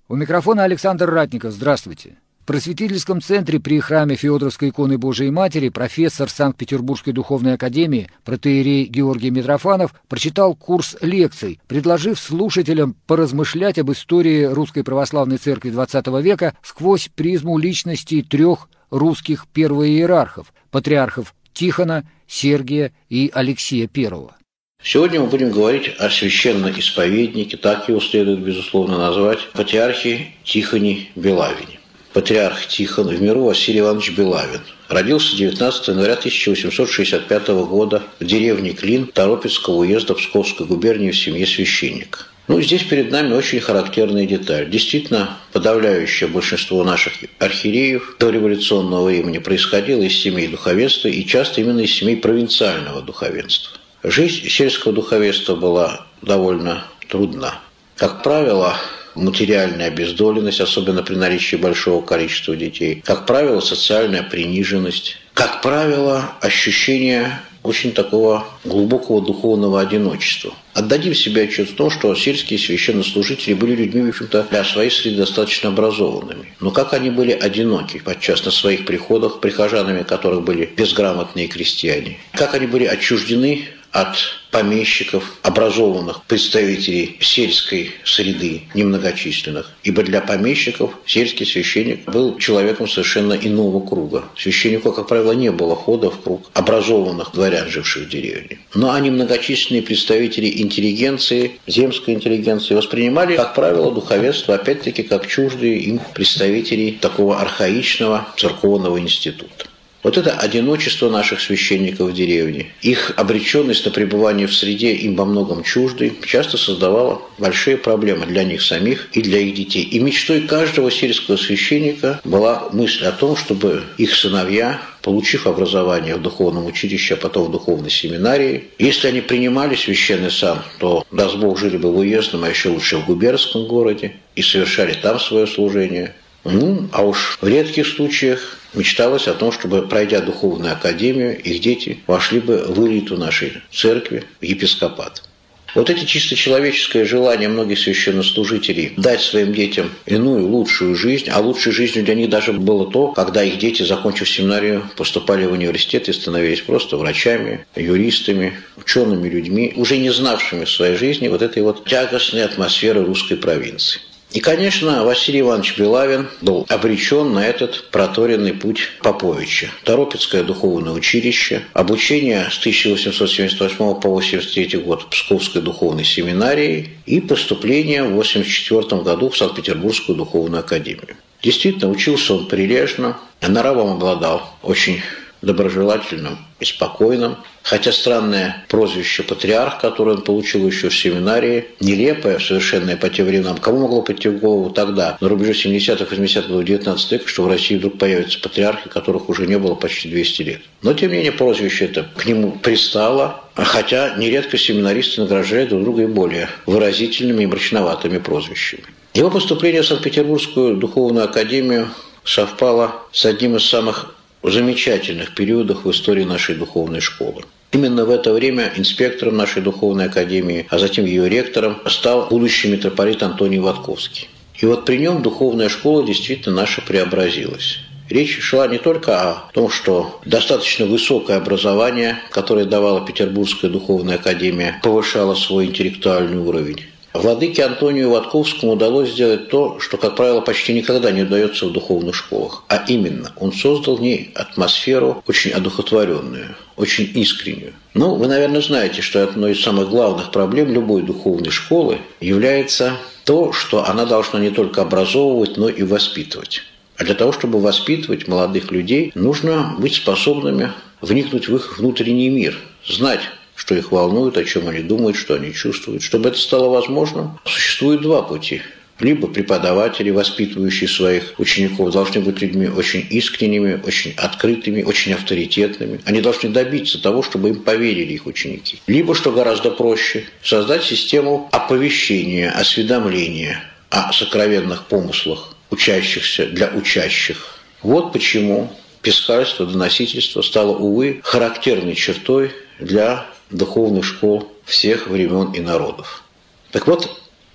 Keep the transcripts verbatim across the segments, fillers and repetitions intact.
У микрофона Александр Ратников. Здравствуйте. В просветительском центре при храме Феодоровской иконы Божией Матери профессор Санкт-Петербургской духовной академии протоиерей Георгий Митрофанов прочитал курс лекций, предложив слушателям поразмышлять об истории Русской Православной Церкви двадцатого века сквозь призму личностей трех русских первоиерархов – патриархов Тихона, Сергия и Алексия Первого. Сегодня мы будем говорить о священноисповеднике, так его следует, безусловно, назвать, патриархе Тихоне Белавине. Патриарх Тихон, в миру Василий Иванович Белавин, родился девятнадцатого января тысяча восемьсот шестьдесят пятого года в деревне Клин Торопецкого уезда Псковской губернии в семье священника. Ну, здесь перед нами очень характерная деталь. Действительно, подавляющее большинство наших архиереев до революционного времени происходило из семей духовенства и часто именно из семей провинциального духовенства. Жизнь сельского духовенства была довольно трудна. Как правило, материальная обездоленность, особенно при наличии большого количества детей. Как правило, социальная приниженность. Как правило, ощущение очень такого глубокого духовного одиночества. Отдадим себе отчет в том, что сельские священнослужители были людьми, в общем-то, для своей среды достаточно образованными. Но как они были одиноки, подчас на своих приходах, прихожанами которых были безграмотные крестьяне. Как они были отчуждены от помещиков, образованных представителей сельской среды, немногочисленных. Ибо для помещиков сельский священник был человеком совершенно иного круга. Священнику, как правило, не было хода в круг образованных дворян, живших в деревне. Но они, многочисленные представители интеллигенции, земской интеллигенции, воспринимали, как правило, духовенство, опять-таки, как чуждые им представителей такого архаичного церковного института. Вот это одиночество наших священников в деревне, их обреченность на пребывание в среде им во многом чуждой, часто создавало большие проблемы для них самих и для их детей. И мечтой каждого сельского священника была мысль о том, чтобы их сыновья, получив образование в духовном училище, а потом в духовной семинарии, если они принимали священный сан, то, даст Бог, жили бы в уездном, а еще лучше в губернском городе и совершали там свое служение. Ну, а уж в редких случаях мечталось о том, чтобы, пройдя духовную академию, их дети вошли бы в элиту нашей церкви, в епископат. Вот эти чисто человеческое желание многих священнослужителей дать своим детям иную, лучшую жизнь, а лучшей жизнью для них даже было то, когда их дети, закончив семинарию, поступали в университет и становились просто врачами, юристами, учеными людьми, уже не знавшими в своей жизни вот этой вот тягостной атмосферы русской провинции. И, конечно, Василий Иванович Белавин был обречен на этот проторенный путь Поповича. Торопецкое духовное училище, обучение с тысяча восемьсот семьдесят восьмого по восемьдесят третий год в Псковской духовной семинарии и поступление в восемьдесят четвёртом году в Санкт-Петербургскую духовную академию. Действительно, учился он прилежно, нравом обладал очень доброжелательным и спокойным. Хотя странное прозвище «патриарх», которое он получил еще в семинарии, нелепое, совершенное по тем временам. Кому могло прийти в голову тогда, на рубеже семидесятых, восьмидесятых годов девятнадцатого века, что в России вдруг появятся патриархи, которых уже не было почти двести лет. Но, тем не менее, прозвище это к нему пристало, хотя нередко семинаристы награждают друг друга и более выразительными и мрачноватыми прозвищами. Его поступление в Санкт-Петербургскую духовную академию совпало с одним из самых замечательных периодах в истории нашей духовной школы. Именно в это время инспектором нашей духовной академии, а затем ее ректором, стал будущий митрополит Антоний Ватковский. И вот при нем духовная школа действительно наша преобразилась. Речь шла не только о том, что достаточно высокое образование, которое давала Петербургская духовная академия, повышало свой интеллектуальный уровень. Владыке Антонию Ватковскому удалось сделать то, что, как правило, почти никогда не удается в духовных школах. А именно, он создал в ней атмосферу очень одухотворенную, очень искреннюю. Ну, вы, наверное, знаете, что одной из самых главных проблем любой духовной школы является то, что она должна не только образовывать, но и воспитывать. А для того, чтобы воспитывать молодых людей, нужно быть способными вникнуть в их внутренний мир, знать, что их волнует, о чем они думают, что они чувствуют. Чтобы это стало возможным, существует два пути. Либо преподаватели, воспитывающие своих учеников, должны быть людьми очень искренними, очень открытыми, очень авторитетными. Они должны добиться того, чтобы им поверили их ученики. Либо, что гораздо проще, создать систему оповещения, осведомления о сокровенных помыслах учащихся для учащих. Вот почему писхальство, доносительство стало, увы, характерной чертой для духовных школ всех времен и народов. Так вот,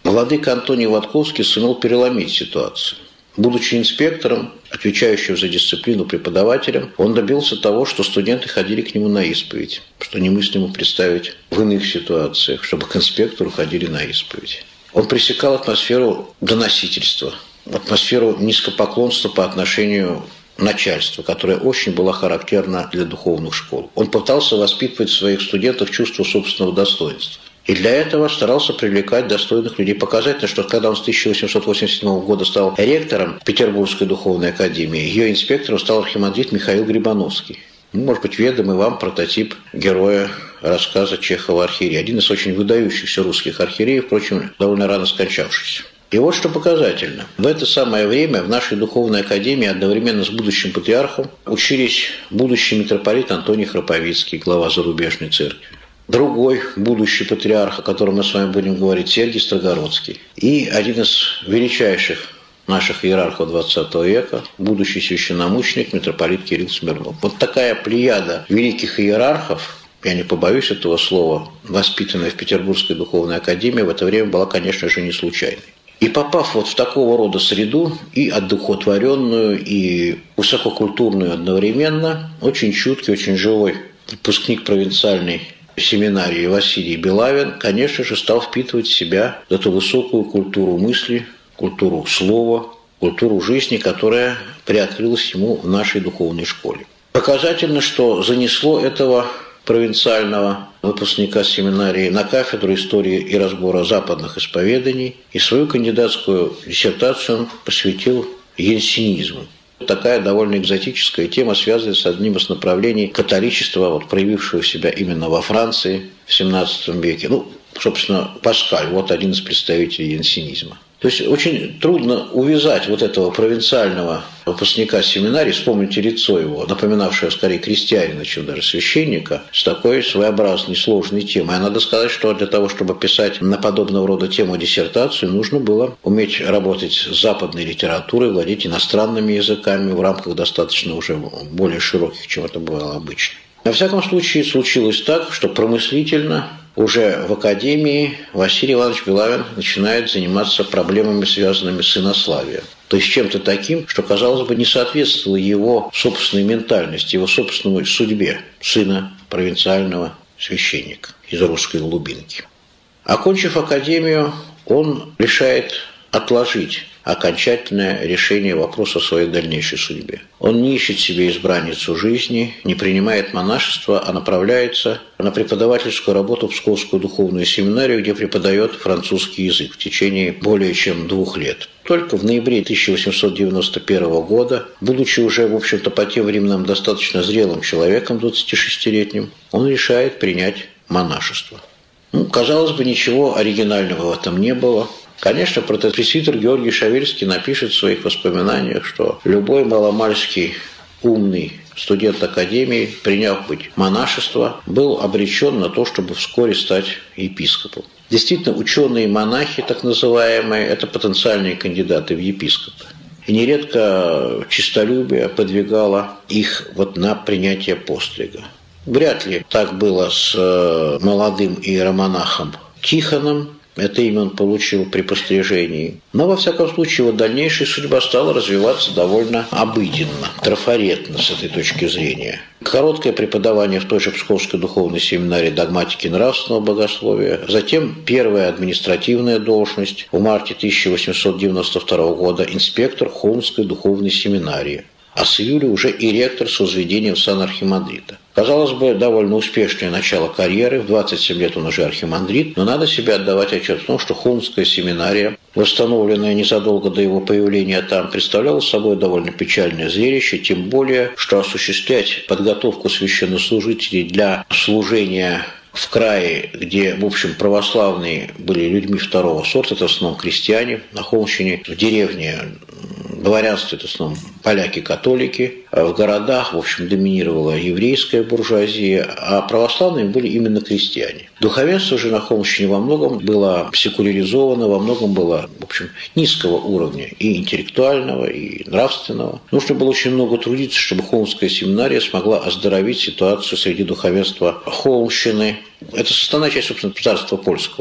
владыка Антоний Ватковский сумел переломить ситуацию. Будучи инспектором, отвечающим за дисциплину преподавателем, он добился того, что студенты ходили к нему на исповедь, что немыслимо представить в иных ситуациях, чтобы к инспектору ходили на исповедь. Он пресекал атмосферу доносительства, атмосферу низкопоклонства по отношению к начальству, которая очень была характерна для духовных школ. Он пытался воспитывать в своих студентах чувство собственного достоинства. И для этого старался привлекать достойных людей. Показательно, что когда он с тысяча восемьсот восемьдесят седьмого года стал ректором Петербургской духовной академии, ее инспектором стал архимандрит Михаил Грибановский. Может быть, ведомый вам прототип героя рассказа Чехова «Архиерей». Один из очень выдающихся русских архиереев, впрочем, довольно рано скончавшийся. И вот что показательно. В это самое время в нашей духовной академии одновременно с будущим патриархом учились будущий митрополит Антоний Храповицкий, глава зарубежной церкви. Другой будущий патриарх, о котором мы с вами будем говорить, Сергий Строгородский. И один из величайших наших иерархов двадцатого века, будущий священномученик, митрополит Кирилл Смирнов. Вот такая плеяда великих иерархов, я не побоюсь этого слова, воспитанная в Петербургской духовной академии, в это время была, конечно же, не случайной. И попав вот в такого рода среду, и одухотворенную, и высококультурную одновременно, очень чуткий, очень живой выпускник провинциальной семинарии Василий Белавин, конечно же, стал впитывать в себя эту высокую культуру мысли, культуру слова, культуру жизни, которая приоткрылась ему в нашей духовной школе. Показательно, что занесло этого провинциального выпускника семинарии на кафедру истории и разбора западных исповеданий, и свою кандидатскую диссертацию он посвятил янсенизму. Такая довольно экзотическая тема, связанная с одним из направлений католичества, вот, проявившего себя именно во Франции в семнадцатом веке. Ну, собственно, Паскаль, вот один из представителей янсенизма. То есть очень трудно увязать вот этого провинциального выпускника семинарии, вспомните лицо его, напоминавшего скорее крестьянина, чем даже священника, с такой своеобразной сложной темой. А надо сказать, что для того, чтобы писать на подобного рода тему диссертацию, нужно было уметь работать с западной литературой, владеть иностранными языками в рамках достаточно уже более широких, чем это бывало обычно. Во всяком случае, случилось так, что промыслительно уже в академии Василий Иванович Белавин начинает заниматься проблемами, связанными с инославием. То есть чем-то таким, что, казалось бы, не соответствовало его собственной ментальности, его собственной судьбе сына провинциального священника из русской глубинки. Окончив академию, он решает отложить окончательное решение вопроса о своей дальнейшей судьбе. Он не ищет себе избранницу жизни, не принимает монашество, а направляется на преподавательскую работу в Псковскую духовную семинарию, где преподает французский язык в течение более чем двух лет. Только в ноябре тысяча восемьсот девяносто первого года, будучи уже, в общем-то, по тем временам достаточно зрелым человеком, двадцатишестилетним, он решает принять монашество. Ну, казалось бы, ничего оригинального в этом не было. Конечно, протопресвитер Георгий Шавельский напишет в своих воспоминаниях, что любой маломальский умный студент академии, приняв быть монашество, был обречен на то, чтобы вскоре стать епископом. Действительно, ученые-монахи, так называемые, это потенциальные кандидаты в епископы. И нередко честолюбие подвигало их вот на принятие пострига. Вряд ли так было с молодым иеромонахом Тихоном. Это имя он получил при пострижении. Но, во всяком случае, его дальнейшая судьба стала развиваться довольно обыденно, трафаретно с этой точки зрения. Короткое преподавание в той же Псковской духовной семинарии догматики нравственного богословия. Затем первая административная должность в марте тысяча восемьсот девяносто второго года инспектор Холмской духовной семинарии. А с июля уже и ректор с возведением в сан архимандрита. Казалось бы, довольно успешное начало карьеры. В двадцать семь лет он уже архимандрит, но надо себе отдавать отчет в том, что Холмская семинария, восстановленная незадолго до его появления там, представляла собой довольно печальное зрелище, тем более, что осуществлять подготовку священнослужителей для служения в крае, где, в общем, православные были людьми второго сорта, это в основном крестьяне, на Холмщине, в деревне дворянство, это в основном поляки-католики, а в городах, в общем, доминировала еврейская буржуазия, а православными были именно крестьяне. Духовенство же на Холмщине во многом было секуляризовано, во многом было, в общем, низкого уровня и интеллектуального, и нравственного. Нужно было очень много трудиться, чтобы Холмская семинария смогла оздоровить ситуацию среди духовенства Холмщины. Это составная часть, собственно, царства польского.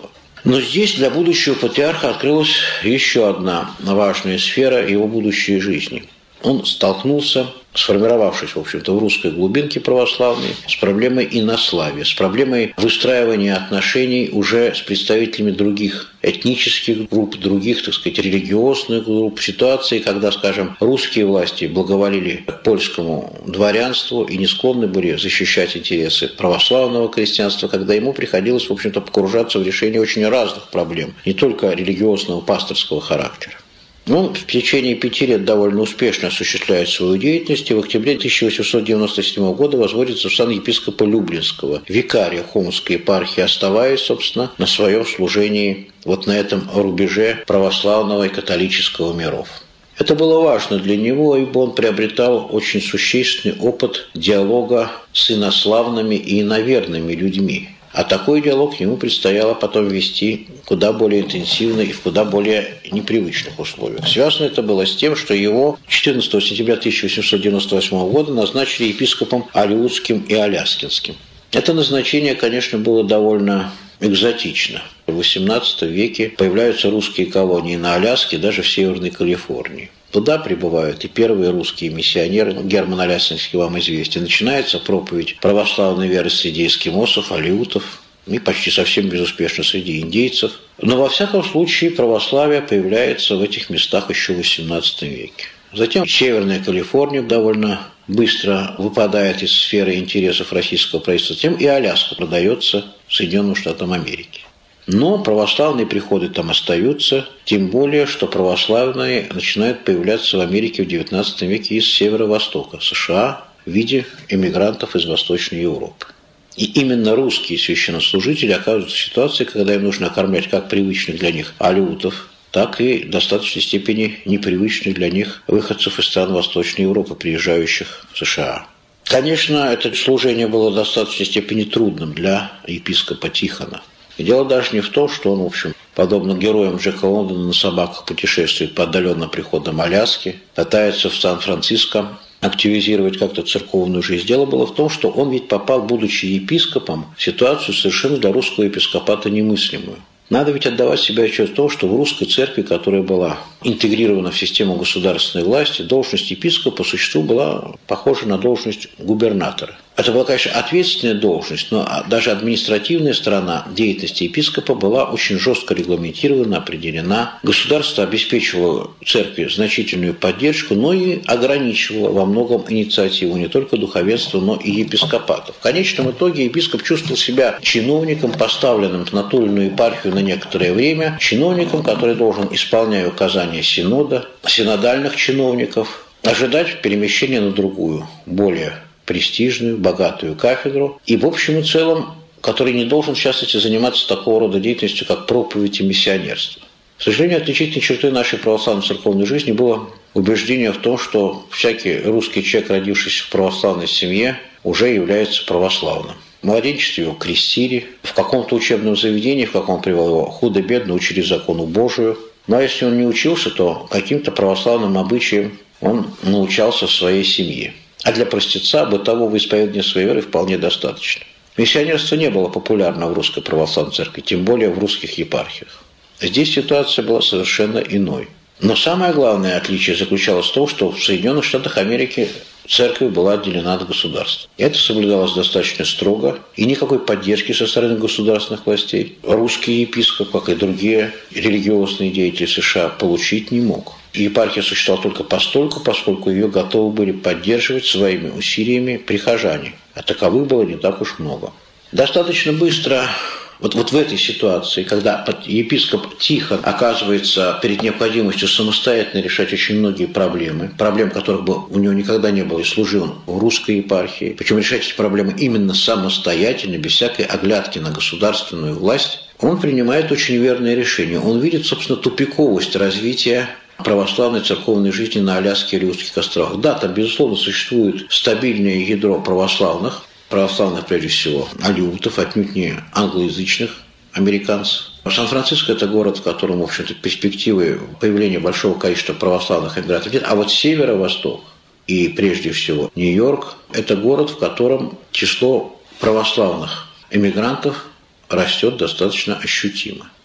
Но здесь для будущего патриарха открылась еще одна важная сфера его будущей жизни. Он столкнулся, сформировавшись, в общем-то, в русской глубинке православной, с проблемой инославия, с проблемой выстраивания отношений уже с представителями других этнических групп, других, так сказать, религиозных групп. Ситуации, когда, скажем, русские власти благоволили к польскому дворянству и не склонны были защищать интересы православного крестьянства, когда ему приходилось, в общем-то, погружаться в решение очень разных проблем, не только религиозного, пасторского характера. Он в течение пяти лет довольно успешно осуществляет свою деятельность и в октябре тысяча восемьсот девяносто седьмого года возводится в сан епископа Люблинского, викария Хомской епархии, оставаясь, собственно, на своем служении вот на этом рубеже православного и католического миров. Это было важно для него, ибо он приобретал очень существенный опыт диалога с инославными и иноверными людьми. А такой диалог ему предстояло потом вести куда более интенсивно и в куда более непривычных условиях. Связано это было с тем, что его четырнадцатого сентября тысяча восемьсот девяносто восьмого года назначили епископом Алеутским и Аляскинским. Это назначение, конечно, было довольно экзотично. В восемнадцатом веке появляются русские колонии на Аляске, даже в Северной Калифорнии. Туда прибывают и первые русские миссионеры, Герман Аляскинский вам известен. Начинается проповедь православной веры среди эскимосов, алеутов и почти совсем безуспешно среди индейцев. Но во всяком случае православие появляется в этих местах еще в восемнадцатом веке. Затем Северная Калифорния довольно быстро выпадает из сферы интересов российского правительства. Затем и Аляска продается Соединенным Штатам Америки. Но православные приходы там остаются, тем более, что православные начинают появляться в Америке в девятнадцатом веке из северо-востока, США, в виде эмигрантов из Восточной Европы. И именно русские священнослужители оказываются в ситуации, когда им нужно окормлять как привычных для них алеутов, так и в достаточной степени непривычных для них выходцев из стран Восточной Европы, приезжающих в США. Конечно, это служение было в достаточной степени трудным для епископа Тихона. И дело даже не в том, что он, в общем, подобно героям Джека Лондона на собаках путешествует по отдаленным приходам Аляски, катается в Сан-Франциско, активизировать как-то церковную жизнь. Дело было в том, что он ведь попал, будучи епископом, в ситуацию совершенно для русского епископата немыслимую. Надо ведь отдавать себе отчет в том, что в русской церкви, которая была интегрирована в систему государственной власти, должность епископа по существу была похожа на должность губернатора. Это была, конечно, ответственная должность, но даже административная сторона деятельности епископа была очень жестко регламентирована, определена. Государство обеспечивало церкви значительную поддержку, но и ограничивало во многом инициативу не только духовенства, но и епископата. В конечном итоге епископ чувствовал себя чиновником, поставленным на ту или иную епархию на некоторое время, чиновником, который должен, исполняя указания синода, синодальных чиновников, ожидать перемещения на другую, более престижную, богатую кафедру, и в общем и целом, который не должен в частности заниматься такого рода деятельностью, как проповедь и миссионерство. К сожалению, отличительной чертой нашей православной церковной жизни было убеждение в том, что всякий русский человек, родившийся в православной семье, уже является православным. В младенчестве его крестили, в каком-то учебном заведении, в каком привел его худо-бедно, учили закону Божию. Но если он не учился, то каким-то православным обычаям он научался в своей семье. А для простеца бытового исповедания своей веры вполне достаточно. Миссионерство не было популярно в русской православной церкви, тем более в русских епархиях. Здесь ситуация была совершенно иной. Но самое главное отличие заключалось в том, что в Соединенных Штатах Америки церковь была отделена от государства. Это соблюдалось достаточно строго, и никакой поддержки со стороны государственных властей русский епископ, как и другие религиозные деятели США, получить не мог. Епархия существовала только постольку, поскольку ее готовы были поддерживать своими усилиями прихожане. А таковых было не так уж много. Достаточно быстро, вот, вот в этой ситуации, когда епископ Тихон оказывается перед необходимостью самостоятельно решать очень многие проблемы, проблем которых бы у него никогда не было, и служил он в русской епархии, причем решать эти проблемы именно самостоятельно, без всякой оглядки на государственную власть, он принимает очень верное решение. Он видит, собственно, тупиковость развития православной церковной жизни на Аляске и Алеутских островах. Да, там, безусловно, существует стабильное ядро православных, православных, прежде всего, алеутов, отнюдь не англоязычных американцев. Сан-Франциско – это город, в котором, в общем-то, перспективы появления большого количества православных эмигрантов нет. А вот северо-восток и, прежде всего, Нью-Йорк – это город, в котором число православных эмигрантов растет достаточно ощутимо.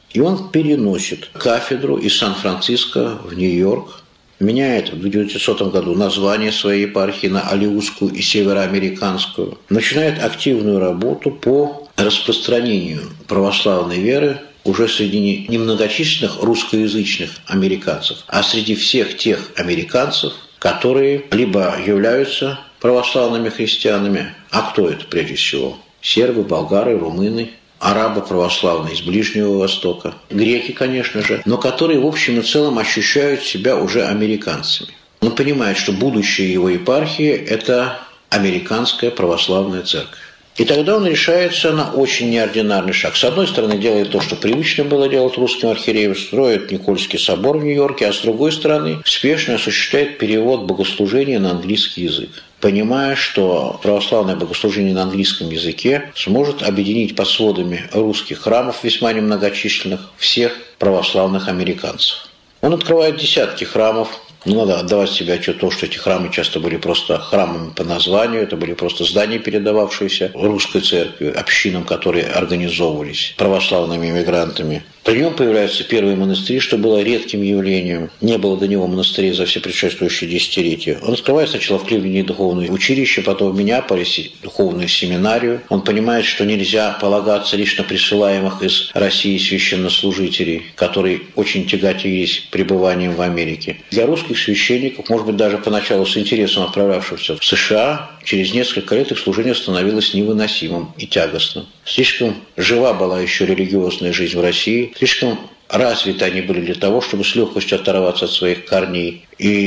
И он переносит кафедру из Сан-Франциско в Нью-Йорк, меняет в девятисотом году название своей епархии на Алиутскую и Североамериканскую, начинает активную работу по распространению православной веры уже среди немногочисленных русскоязычных американцев, а среди всех тех американцев, которые либо являются православными христианами, а кто это прежде всего? Сербы, болгары, румыны, арабы православные из Ближнего Востока, греки, конечно же, но которые в общем и целом ощущают себя уже американцами. Он понимает, что будущее его епархии – это американская православная церковь. И тогда он решается на очень неординарный шаг. С одной стороны, делает то, что привычно было делать русским архиереям, строит Никольский собор в Нью-Йорке, а с другой стороны, спешно осуществляет перевод богослужения на английский язык, понимая, что православное богослужение на английском языке сможет объединить под сводами русских храмов, весьма немногочисленных, всех православных американцев. Он открывает десятки храмов. Ну, надо отдавать себе отчет в том, что эти храмы часто были просто храмами по названию, это были просто здания, передававшиеся русской церкви, общинам, которые организовывались православными иммигрантами. При нем появляются первые монастыри, что было редким явлением. Не было до него монастырей за все предшествующие десятилетия. Он открывает сначала в Кливленде духовное училище, потом в Миннеаполисе духовную семинарию. Он понимает, что нельзя полагаться лишь на присылаемых из России священнослужителей, которые очень тяготились пребыванием в Америке. Для русских священников, может быть, даже поначалу с интересом отправлявшихся в США, через несколько лет их служение становилось невыносимым и тягостным. Слишком жива была еще религиозная жизнь в России, слишком развиты они были для того, чтобы с легкостью оторваться от своих корней.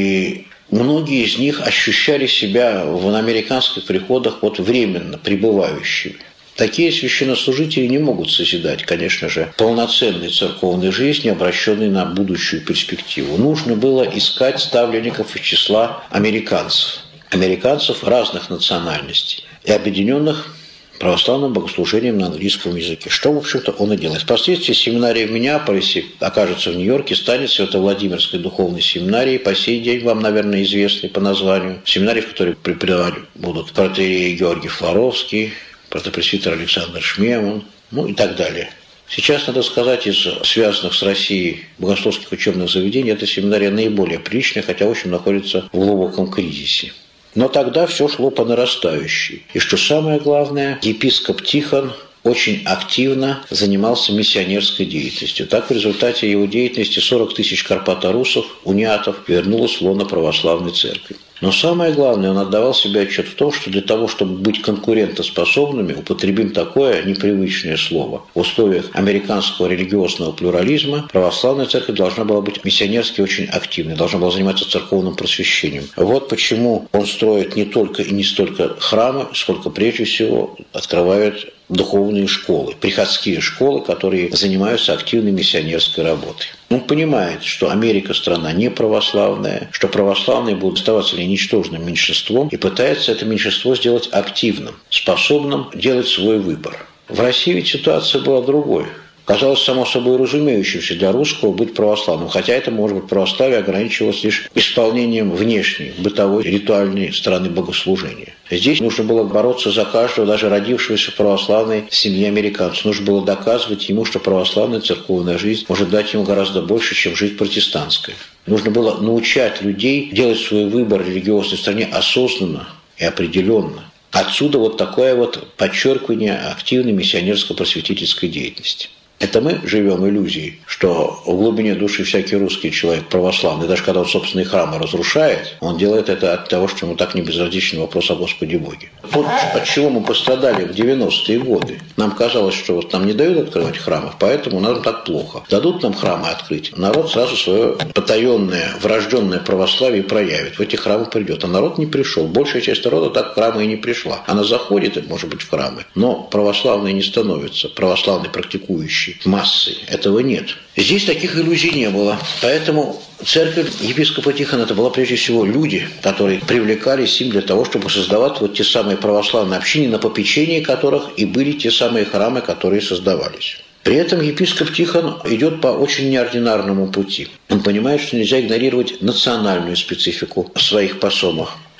И многие из них ощущали себя в американских приходах вот временно пребывающими. Такие священнослужители не могут созидать, конечно же, полноценной церковной жизни, обращенной на будущую перспективу. Нужно было искать ставленников из числа американцев. Американцев разных национальностей и объединенных православным богослужением на английском языке, что, в общем-то, он и делает. Впоследствии семинария в Миннеаполисе окажется в Нью-Йорке, станет Свято-Владимирской духовной семинарией, по сей день вам, наверное, известной по названию. Семинарии, в которой преподавать будут протоиерей Георгий Флоровский, протопресвитер Александр Шмеман, ну и так далее. Сейчас, надо сказать, из связанных с Россией богословских учебных заведений, эта семинария наиболее приличная, хотя, в общем, находится в глубоком кризисе. Но тогда все шло по нарастающей. И что самое главное, епископ Тихон очень активно занимался миссионерской деятельностью. Так, в результате его деятельности сорок тысяч карпаторусов, униатов, вернулось в лоно православной церкви. Но самое главное, он отдавал себе отчет в том, что для того, чтобы быть конкурентоспособными, употребим такое непривычное слово, в условиях американского религиозного плюрализма православная церковь должна была быть миссионерски очень активной, должна была заниматься церковным просвещением. Вот почему он строит не только и не столько храмы, сколько прежде всего открывает духовные школы, приходские школы, которые занимаются активной миссионерской работой. Он понимает, что Америка страна не православная, что православные будут оставаться ничтожным меньшинством, и пытается это меньшинство сделать активным, способным делать свой выбор. В России ведь ситуация была другой. Казалось само собой разумеющимся для русского быть православным, хотя это, может быть, православие ограничивалось лишь исполнением внешней, бытовой, ритуальной стороны богослужения. Здесь нужно было бороться за каждого, даже родившегося в православной семье американца. Нужно было доказывать ему, что православная церковная жизнь может дать ему гораздо больше, чем жизнь протестантская. Нужно было научать людей делать свой выбор в религиозной стране осознанно и определенно. Отсюда вот такое вот подчеркивание активной миссионерско-просветительской деятельности. Это мы живем иллюзией, что в глубине души всякий русский человек православный, даже когда он собственные храмы разрушает, он делает это от того, что ему так не безразличен вопрос о Господе Боге. Вот от чего мы пострадали в девяностые годы. Нам казалось, что вот нам не дают открывать храмы, поэтому нам так плохо. Дадут нам храмы открыть, народ сразу свое потаенное, врожденное православие проявит. В эти храмы придет. А народ не пришел. Большая часть народа так в храмы и не пришла. Она заходит, может быть, в храмы, но православные не становятся, православные практикующие массой. Этого нет. Здесь таких иллюзий не было. Поэтому церковь епископа Тихона — это была прежде всего люди, которые привлекались им для того, чтобы создавать вот те самые православные общины, на попечении которых и были те самые храмы, которые создавались. При этом епископ Тихон идет по очень неординарному пути. Он понимает, что нельзя игнорировать национальную специфику своих посомов.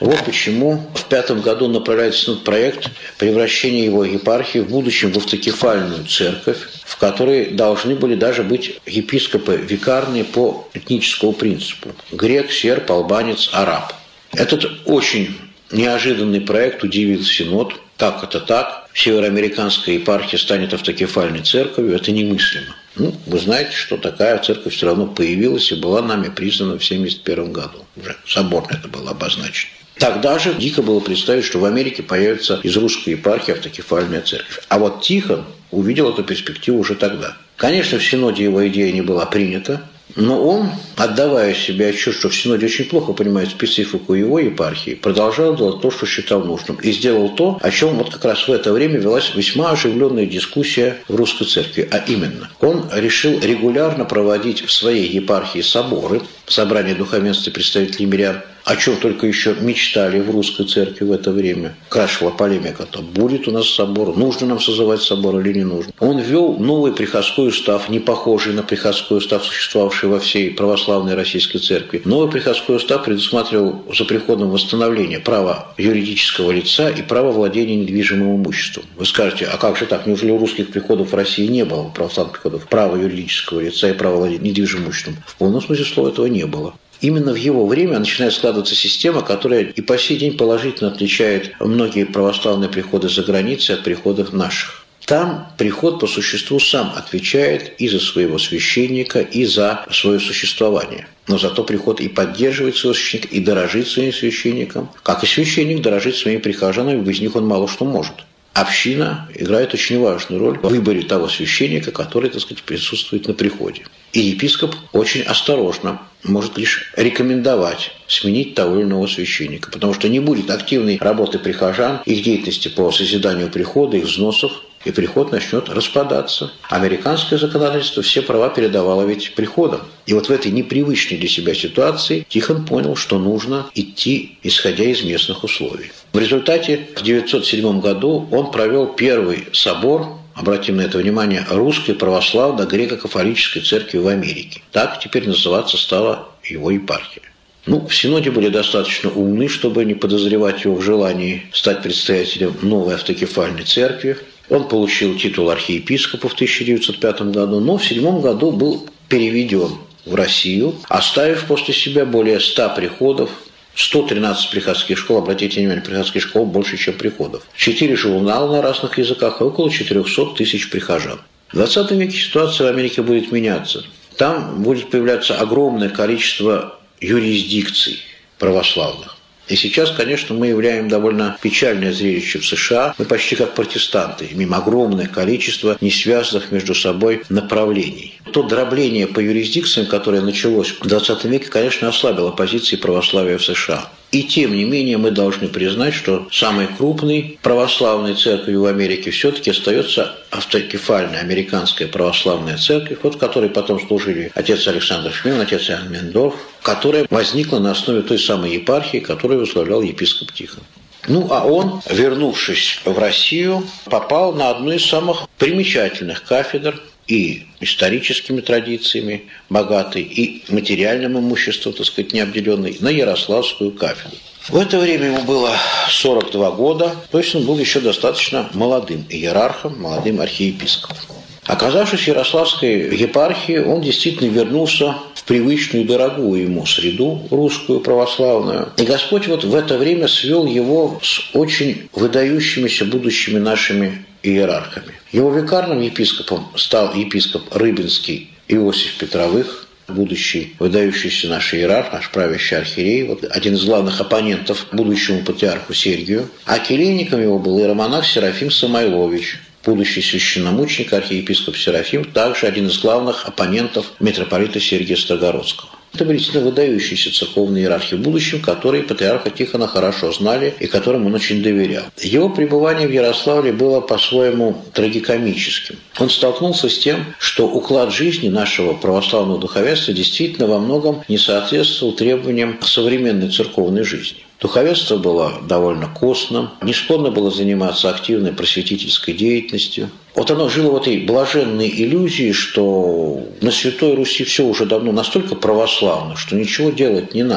Вот почему в пятом году направляется проект превращения его епархии в будущем в автокефальную церковь, в которой должны были даже быть епископы викарные по этническому принципу – грек, серб, албанец, араб. Этот очень неожиданный проект удивил Синод. Как это так? Североамериканская епархия станет автокефальной церковью? Это немыслимо. Ну, вы знаете, что такая церковь все равно появилась и была нами признана в семьдесят первом году. Уже соборно это было обозначено. Тогда же дико было представить, что в Америке появится из русской епархии автокефальная церковь. А вот Тихон увидел эту перспективу уже тогда. Конечно, в Синоде его идея не была принята, но он, отдавая себе отчет, что в Синоде очень плохо понимает специфику его епархии, продолжал делать то, что считал нужным. И сделал то, о чем вот как раз в это время велась весьма оживленная дискуссия в русской церкви. А именно, он решил регулярно проводить в своей епархии соборы, собрания духовенства и представителей мирян, о чем только еще мечтали в русской церкви в это время. Крашила полемика, то будет у нас собор, нужно нам созывать собор или не нужно. Он ввел новый приходской устав, не похожий на приходской устав, существовавший во всей православной российской церкви. Новый приходской устав предусматривал за приходом восстановление права юридического лица и права владения недвижимым имуществом. Вы скажете, а как же так? Неужели у русских приходов в России не было, православных приходов, права юридического лица и права владения недвижимым имуществом? В полном смысле слова этого не было. Именно в его время начинает складываться система, которая и по сей день положительно отличает многие православные приходы за границей от приходов наших. Там приход по существу сам отвечает и за своего священника, и за свое существование. Но зато приход и поддерживает своего священника, и дорожит своим священником. Как и священник дорожит своими прихожанами, без них он мало что может. Община играет очень важную роль в выборе того священника, который, так сказать, присутствует на приходе. И епископ очень осторожно может лишь рекомендовать сменить того или иного священника, потому что не будет активной работы прихожан, их деятельности по созиданию прихода, их взносов, и приход начнет распадаться. Американское законодательство все права передавало ведь приходам. И вот в этой непривычной для себя ситуации Тихон понял, что нужно идти, исходя из местных условий. В результате в девятьсот седьмом году он провел первый собор, обратим на это внимание, Русской православно-греко-католической церкви в Америке. Так теперь называться стала его епархия. Ну, в Синоде были достаточно умны, чтобы не подозревать его в желании стать предстоятелем новой автокефальной церкви. Он получил титул архиепископа в тысяча девятьсот пятом году, но в седьмом году был переведен в Россию, оставив после себя более ста приходов, сто тринадцать приходских школ, обратите внимание, приходских школ больше, чем приходов, четыре журнала на разных языках и около четырехсот тысяч прихожан. В двадцатом веке ситуация в Америке будет меняться. Там будет появляться огромное количество юрисдикций православных. И сейчас, конечно, мы являем довольно печальное зрелище в США. Мы почти как протестанты, имеем огромное количество несвязанных между собой направлений. То дробление по юрисдикциям, которое началось в двадцатом веке, конечно, ослабило позиции православия в США. И тем не менее мы должны признать, что самой крупной православной церковью в Америке все-таки остается автокефальная американская православная церковь, вот в которой потом служили отец Александр Шмидт, отец Иоанн Мендорф, которая возникла на основе той самой епархии, которую возглавлял епископ Тихон. Ну, а он, вернувшись в Россию, попал на одну из самых примечательных кафедр и историческими традициями богатой, и материальным имуществом, так сказать, необделенной, на Ярославскую кафедру. В это время ему было сорок два года, то есть он был еще достаточно молодым иерархом, молодым архиепископом. Оказавшись в Ярославской епархии, он действительно вернулся в привычную дорогую ему среду, русскую православную. И Господь вот в это время свел его с очень выдающимися будущими нашими иерархами. Его викарным епископом стал епископ Рыбинский Иосиф Петровых, будущий выдающийся наш иерарх, наш правящий архиерей, вот один из главных оппонентов будущему патриарху Сергию. А келейником его был иеромонах Серафим Самойлович, будущий священномученик, архиепископ Серафим, также один из главных оппонентов митрополита Сергия Строгородского. Это были действительно выдающиеся церковные иерархи в будущем, которые патриарха Тихона хорошо знали и которым он очень доверял. Его пребывание в Ярославле было по-своему трагикомическим. Он столкнулся с тем, что уклад жизни нашего православного духовенства действительно во многом не соответствовал требованиям современной церковной жизни. Духовенство было довольно костным, не склонно было заниматься активной просветительской деятельностью. Вот оно жило в этой блаженной иллюзии, что на Святой Руси все уже давно настолько православно, что ничего делать не надо.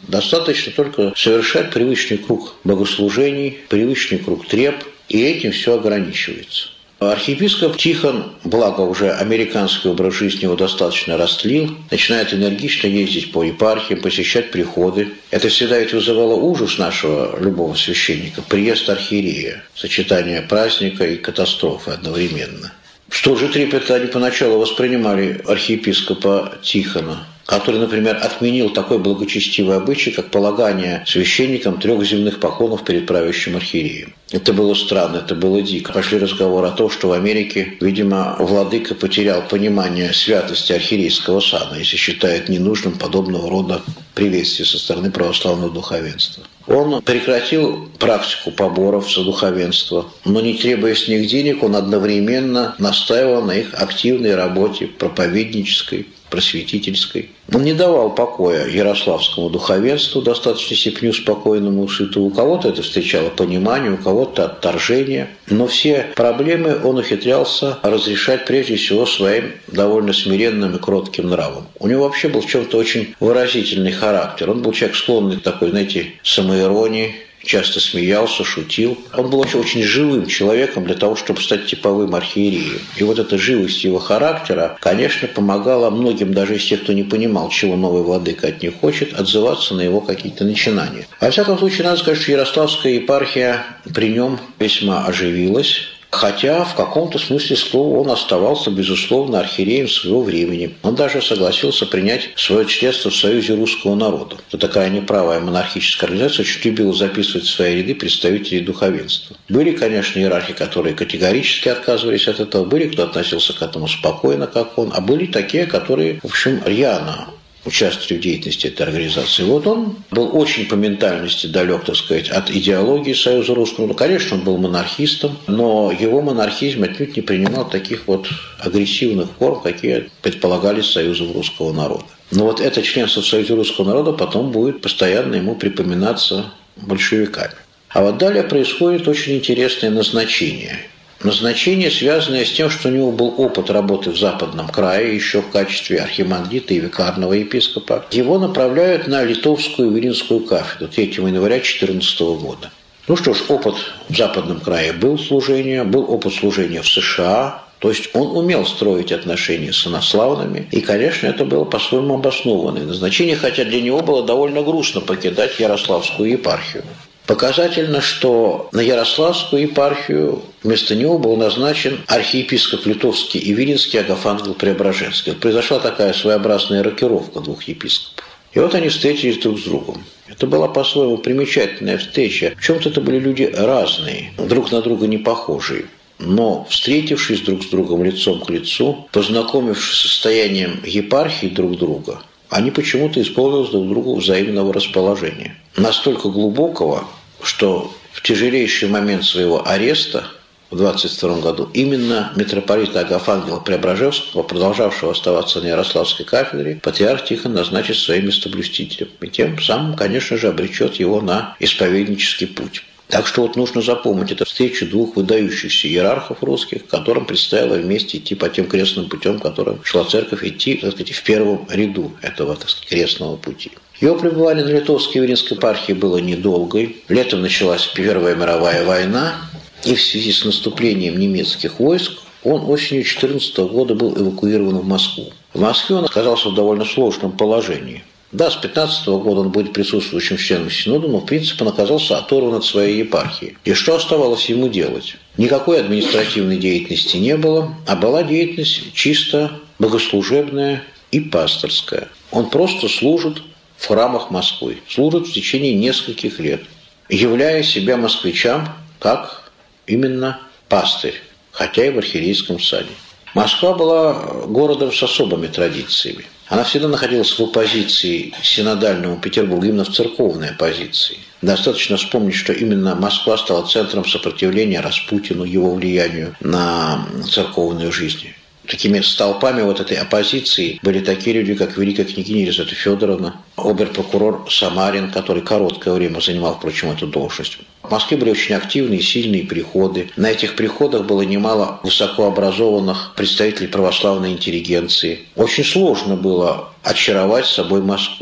Достаточно только совершать привычный круг богослужений, привычный круг треб, и этим все ограничивается. Архиепископ Тихон, благо уже американский образ жизни его достаточно растлил, начинает энергично ездить по епархиям, посещать приходы. Это всегда ведь вызывало ужас нашего любого священника. Приезд архиерея, сочетание праздника и катастрофы одновременно. Столь же трепетно они поначалу воспринимали архиепископа Тихона, который, например, отменил такой благочестивый обычай, как полагание священникам трех земных поклонов перед правящим архиереем. Это было странно, это было дико. Пошли разговоры о том, что в Америке, видимо, владыка потерял понимание святости архиерейского сана, если считает ненужным подобного рода приветствие со стороны православного духовенства. Он прекратил практику поборов за духовенство, но не требуя с них денег, он одновременно настаивал на их активной работе проповеднической, просветительской. Он не давал покоя ярославскому духовенству, достаточно степенью спокойному, сытому. У кого-то это встречало понимание, у кого-то отторжение. Но все проблемы он ухитрялся разрешать прежде всего своим довольно смиренным и кротким нравом. У него вообще был в чем-то очень выразительный характер. Он был человек склонный к такой, знаете, самоиронии, часто смеялся, шутил. Он был очень, очень живым человеком для того, чтобы стать типовым архиереем. И вот эта живость его характера, конечно, помогала многим, даже из тех, кто не понимал, чего новый владыка от них хочет, отзываться на его какие-то начинания. Во всяком случае, надо сказать, что Ярославская епархия при нем весьма оживилась. Хотя в каком-то смысле слова он оставался, безусловно, архиереем своего времени. Он даже согласился принять свое членство в Союзе русского народа. Это такая неправая монархическая организация, очень любила записывать в свои ряды представителей духовенства. Были, конечно, иерархи, которые категорически отказывались от этого, были, кто относился к этому спокойно, как он, а были такие, которые, в общем, рьяно участвовали в деятельности этой организации. Вот он был очень по ментальности далек, так сказать, от идеологии Союза русского. Ну, конечно, он был монархистом, но его монархизм отнюдь не принимал таких вот агрессивных форм, какие предполагались Союзом русского народа. Но вот это членство в Союзе русского народа потом будет постоянно ему припоминаться большевиками. А вот далее происходит очень интересное назначение. Назначение, связанное с тем, что у него был опыт работы в Западном крае, еще в качестве архимандрита и викарного епископа. Его направляют на Литовскую Виленскую кафедру третьего января две тысячи четырнадцатого года. Ну что ж, опыт в Западном крае был служения, был опыт служения в США. То есть он умел строить отношения с инославными, и, конечно, это было по-своему обоснованное назначение, хотя для него было довольно грустно покидать Ярославскую епархию. Показательно, что на Ярославскую епархию вместо него был назначен архиепископ Литовский и Виленский Агафангел Преображенский. Вот произошла такая своеобразная рокировка двух епископов. И вот они встретились друг с другом. Это была по-своему примечательная встреча. В чем-то это были люди разные, друг на друга не похожие. Но, встретившись друг с другом лицом к лицу, познакомившись с состоянием епархии друг друга, они почему-то исполнились друг другу взаимного расположения. Настолько глубокого, что в тяжелейший момент своего ареста в двадцать втором году именно митрополита Агафангела Преображенского, продолжавшего оставаться на Ярославской кафедре, патриарх Тихон назначит своим местоблюстителем. И тем самым, конечно же, обречет его на исповеднический путь. Так что вот нужно запомнить эту встречу двух выдающихся иерархов русских, которым предстояло вместе идти по тем крестным путем, которым шла церковь, идти, так сказать, в первом ряду этого, так сказать, крестного пути. Его пребывание на Литовской Виленской епархии было недолгой. Летом началась Первая мировая война, и в связи с наступлением немецких войск он осенью две тысячи четырнадцатого года был эвакуирован в Москву. В Москве он оказался в довольно сложном положении. Да, с две тысячи пятнадцатого года он будет присутствующим членом Синода, но в принципе он оказался оторван от своей епархии. И что оставалось ему делать? Никакой административной деятельности не было, а была деятельность чисто богослужебная и пасторская. Он просто служит в храмах Москвы, служит в течение нескольких лет, являя себя москвичам как именно пастырь, хотя и в архиерейском сане. Москва была городом с особыми традициями. Она всегда находилась в оппозиции синодальному Петербургу, именно в церковной оппозиции. Достаточно вспомнить, что именно Москва стала центром сопротивления Распутину, его влиянию на церковную жизнь. Такими столпами вот этой оппозиции были такие люди, как великая княгиня Елизавета Федоровна, обер-прокурор Самарин, который короткое время занимал, впрочем, эту должность. В Москве были очень активные, сильные приходы. На этих приходах было немало высокообразованных представителей православной интеллигенции. Очень сложно было очаровать собой Москву.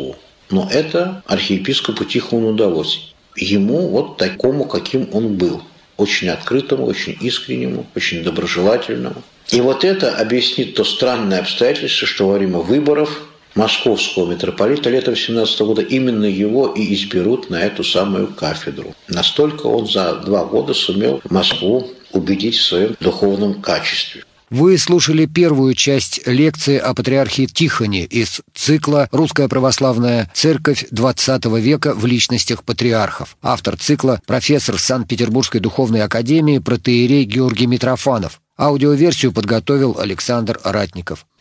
Но это архиепископу Тихону удалось. Ему вот такому, каким он был. Очень открытому, очень искреннему, очень доброжелательному. И вот это объяснит то странное обстоятельство, что во время выборов московского митрополита летом семнадцатого года именно его и изберут на эту самую кафедру. Настолько он за два года сумел Москву убедить в своем духовном качестве. Вы слушали первую часть лекции о патриархе Тихоне из цикла «Русская православная церковь двадцатого века в личностях патриархов». Автор цикла – профессор Санкт-Петербургской духовной академии протоиерей Георгий Митрофанов. Аудиоверсию подготовил Александр Ратников.